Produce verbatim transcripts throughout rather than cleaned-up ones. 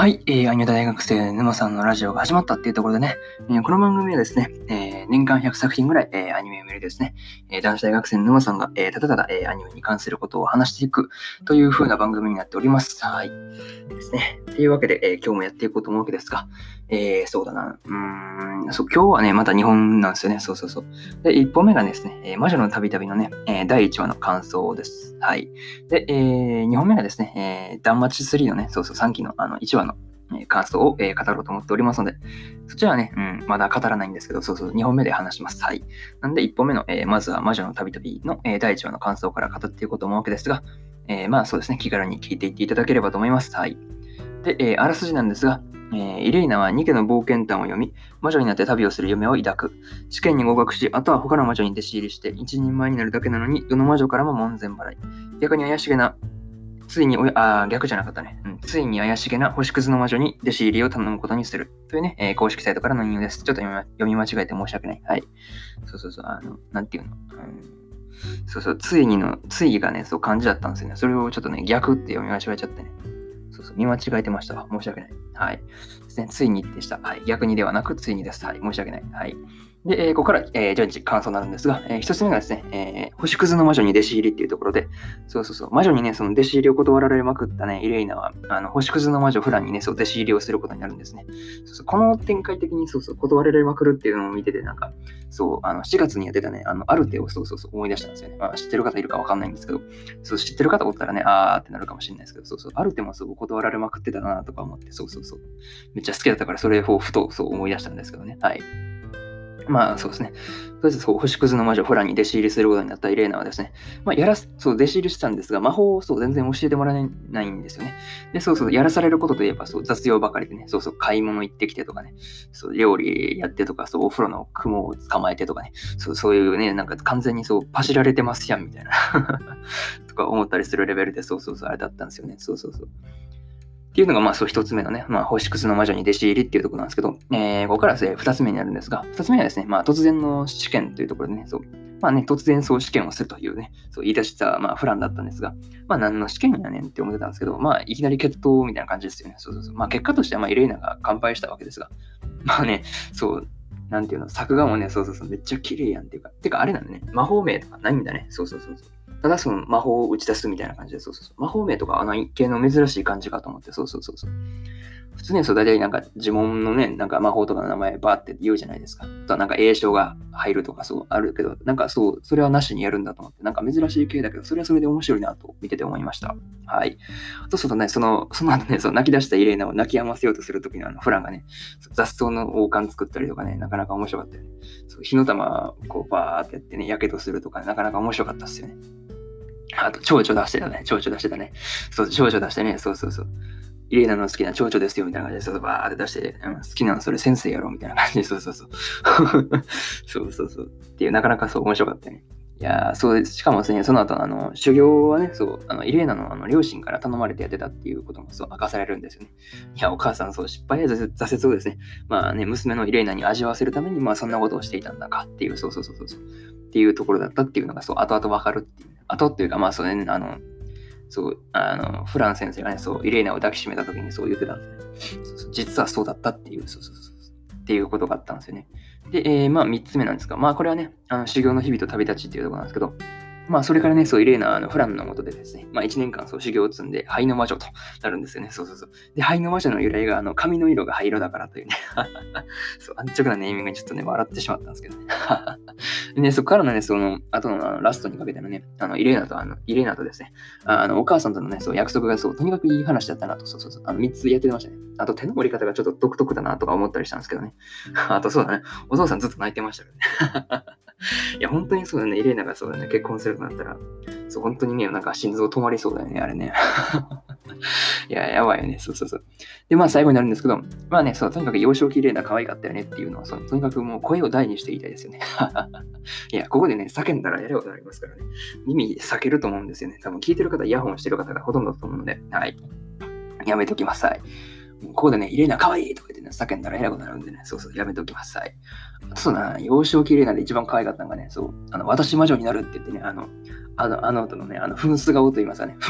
はい、えー、アニメ大学生沼さんのラジオが始まったっていうところでね、えーこの番組はですね、えー年間ひゃくさく品ぐらい、えーアニメを見るですね、えー男子大学生の沼さんが、えーただただ、えーアニメに関することを話していくという風な番組になっております。はい。ですね。というわけで、えー今日もやっていこうと思うわけですが、えーそうだな、うーん、そう、今日はね、また日本なんですよね。そうそうそう。で、いっぽんめがですね、えー魔女のたびたびのね、えーだいいちわの感想です。はい。で、えーにほんめがですね、えー、ダンマチスリーのね、そうそう、さんきのあのいちわのえー感想を、えー語ろうと思っておりますので、そちらはね、うん、まだ語らないんですけど、そうそう、にほんめで話します。はい。なんで、いっぽんめの、えーまずは魔女のたびたびの、えーだいいちわの感想から語っていこうと思うわけですが、えーまあそうですね、気軽に聞いていっていただければと思います。はい。で、えーあらすじなんですが、えーイレイナはニケの冒険譚を読み、魔女になって旅をする夢を抱く。試験に合格し、あとは他の魔女に弟子入りして、一人前になるだけなのに、どの魔女からも門前払い。逆に怪しげなついにおや、あ、逆じゃなかったね、うん。ついに怪しげな星屑の魔女に弟子入りを頼むことにする。というね、えー公式サイトからの引用です。ちょっと読み,、ま、読み間違えて申し訳ない。はい。そうそうそう、あの、なんていうの。うん、そうそう、ついにの、ついがね、そう漢字だったんですよね。それをちょっとね、逆って読み間違えちゃってね。そうそう、見間違えてましたわ。申し訳ない。はい。ですね、ついにでした。はい。逆にではなく、ついにです。はい。申し訳ない。はい。で、えーここから、えー、順次感想になるんですが、えー一つ目がですね、えー星屑の魔女に弟子入りっていうところで、そうそうそう、魔女にね、その弟子入りを断られまくったね、イレイナは、あの星屑の魔女フランにね、そう弟子入りをすることになるんですね。そうそう、この展開的にそうそう、断られまくるっていうのを見てて、なんか、そう、あのしがつにやってたね、あのアルテをそうそうそう思い出したんですよね。まあ、知ってる方いるかわかんないんですけど、そう、知ってる方おったらね、あーってなるかもしれないですけど、そうそう、アルテもそう断られまくってたなとか思って、そうそうそう、めっちゃ好きだったから、それをふとそう思い出したんですけどね。はい。まあそうですね。とりあえずそう、星屑の魔女フランに弟子入りすることになったイレーナはですね、まあやらす、そう、弟子入りしたんですが、魔法をそう、全然教えてもらえないんですよね。で、そうそう、やらされることといえば、そう、雑用ばかりでね、そうそう、買い物行ってきてとかね、そう、料理やってとか、そう、お風呂の雲を捕まえてとかね、そう、そういうね、なんか完全にそう、パシられてますやん、みたいなとか思ったりするレベルで、そうそうそう、あれだったんですよね。そうそうそう。っていうのが、まあ、そう、一つ目のね、まあ、星屑の魔女に弟子入りっていうところなんですけど、えー、ここからですね、二つ目になるんですが、二つ目はですね、まあ、突然の試験というところでね、そう、まあね、突然そう試験をするというね、そう言い出した、まあ、フランだったんですが、まあ、何の試験やねんって思ってたんですけど、まあ、いきなり決闘みたいな感じですよね。そうそうそう。まあ、結果としては、まあ、イレイナが完敗したわけですが、まあね、そう、なんていうの、作画もね、そうそうそう、めっちゃ綺麗やんっていうか、てかあれなんだね、魔法名とかないんだね。そうそうそうそう。ただその魔法を打ち出すみたいな感じで、そうそうそう。魔法名とかあの系の珍しい感じかと思って、そうそうそうそう。普通にはそう大体なんか呪文のね、なんか魔法とかの名前バーって言うじゃないですか。あとはなんか栄称が入るとかそうあるけど、なんかそう、それはなしにやるんだと思って、なんか珍しい系だけど、それはそれで面白いなと見てて思いました。はい。あとそうね、その、その後ね、そう泣き出したイレーナを泣き止ませようとするときのあのフランがね、雑草の王冠作ったりとかね、なかなか面白かったよね。そう火の玉こうバーってやってね、やけどするとか、なかなか面白かったっすよね。あと、蝶々出してたね。蝶々出してたね。そう、蝶々出してね。そうそうそう。イレーナの好きな蝶々ですよみたいな感じで、そうバーって出して、うん、好きなのそれ先生やろみたいな感じで、そうそうそう。そうそうそう。っていう、なかなかそう面白かったよね。いやー、そうです。しかもですね、その後のあの修行はね、そう、あのイレーナのあの両親から頼まれてやってたっていうこともそう明かされるんですよね。いや、お母さん、そう、失敗や挫折をですね、まあね、娘のイレーナに味わわせるために、まあそんなことをしていたんだかっていう、そうそうそうそう。っていうところだったっていうのが、そう、後々わかるっていう。後っていうか、まあそうね、あの、そう、あの、フラン先生がね、そう、イレーナを抱きしめた時にそう言ってたんですね。そうそう実はそうだったっていう、そうそうそう。っていうことがあったんですよね。で、えー、まあみっつめなんですが、まあこれはね、あの修行の日々と旅立ちっていうところなんですけど、まあそれからね、そうイレーナはあのフランの下でですね、まあいちねんかんそう修行を積んで灰の魔女となるんですよね。そうそうそう。で、灰の魔女の由来があの髪の色が灰色だからというね、そう安直なネーミングにちょっとね、笑ってしまったんですけどね。でね、そこからのね、その後のあのラストにかけてのね、あのイレーナとあのイレーナとですね、あのお母さんとのね、そう約束がそうとにかくいい話だったなと、そうそうそう、あのみっつやってましたね。あと手の折り方がちょっと独特だなとか思ったりしたんですけどね。あとそうだね、お父さんずっと泣いてましたけどね。いや、本当にそうだね、イレーナがそうだね、結婚するとなったら、そう、本当にね、なんか心臓止まりそうだよね、あれね。いや、やばいよね、そうそうそう。で、まあ最後になるんですけど、まあね、そう、とにかく幼少期イレーナ可愛かったよねっていうのは、そう、とにかくもう声を大にして言いたいですよね。いや、ここでね、叫んだらやることになりますからね。耳避けると思うんですよね。多分聞いてる方、イヤホンしてる方がほとんどだと思うので、はい。やめときます。はい。ここでね、イレーナ可愛いとか言ってね、叫んだらえらいことになるんでね、そうそう、やめときます。はい。あとそうだな、幼少期イレーナで一番可愛かったのがね、そう、あの、私魔女になるって言ってね、あの、あの、あの後のね、あの、フンス顔と言いますかね、フンスって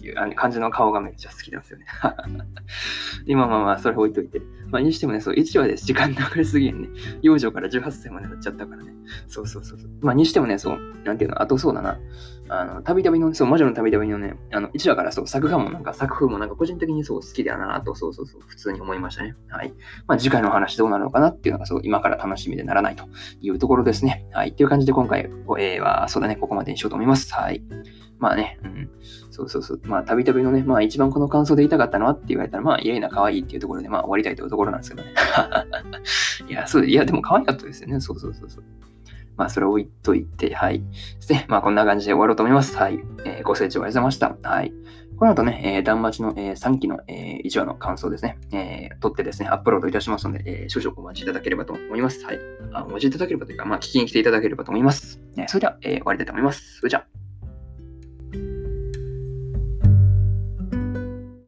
っていうあの感じの顔がめっちゃ好きなんですよね。今まあまあ、それ置いといて。まあ、にしてもね、そう、いちわで時間流れすぎやんね。幼女からじゅうはっさいまでなっちゃったからね。そうそうそうそう。まあ、にしてもね、そう、なんていうの、あとそうだな。あの、たびたびの、そう、魔女のたびたびのね、あの、いちわからそう、作画もなんか作風もなんか個人的にそう好きだなと、そうそうそう、普通に思いましたね。はい。まあ、次回のお話どうなるのかなっていうのが、そう、今から楽しみでならないというところですね。はい。っていう感じで今回、えー、は、そうだね、ここまでにしようと思います。はい。まあね、うん。そうそうそう。まあ、たびたびのね、まあ、一番この感想で言いたかったのはって言われたら、まあ、イレイナ可愛いっていうところで、まあ、終わりたいというところなんですけどね。いや、そう、いや、でも可愛かったですよね。そうそうそうそう。まあ、それを置いといて、はい。ですね。まあ、こんな感じで終わろうと思います。はい。えー、ご清聴ありがとうございました。はい。この後ね、えー、断末の、えー、さんきの、えー、いちわの感想ですね。えー、取ってですね、アップロードいたしますので、えー、少々お待ちいただければと思います。はい。あお待ちいただければというか、まあ、聞きに来ていただければと思います。えー、それでは、えー、終わりたいと思います。それじゃあ。